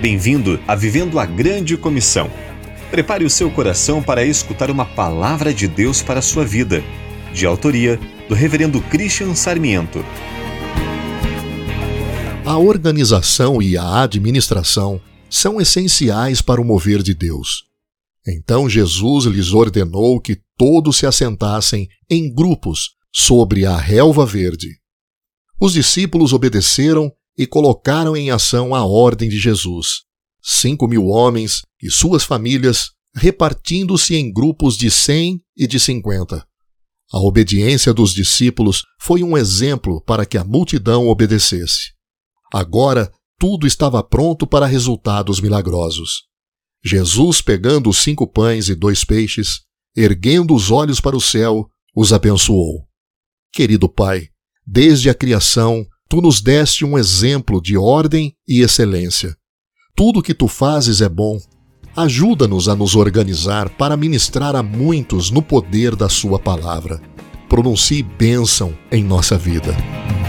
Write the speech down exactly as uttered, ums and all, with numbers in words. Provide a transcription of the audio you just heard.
Bem-vindo a Vivendo a Grande Comissão. Prepare o seu coração para escutar uma palavra de Deus para a sua vida, de autoria do reverendo Christian Sarmiento. A organização e a administração são essenciais para o mover de Deus. Então Jesus lhes ordenou que todos se assentassem em grupos sobre a relva verde. Os discípulos obedeceram e colocaram em ação a ordem de Jesus. Cinco mil homens e suas famílias repartindo-se em grupos de cem e de cinquenta. A obediência dos discípulos foi um exemplo para que a multidão obedecesse. Agora, tudo estava pronto para resultados milagrosos. Jesus, pegando os cinco pães e dois peixes, erguendo os olhos para o céu, os abençoou. Querido Pai, desde a criação, Tu nos deste um exemplo de ordem e excelência. Tudo o que Tu fazes é bom. Ajuda-nos a nos organizar para ministrar a muitos no poder da Sua palavra. Pronuncie bênção em nossa vida.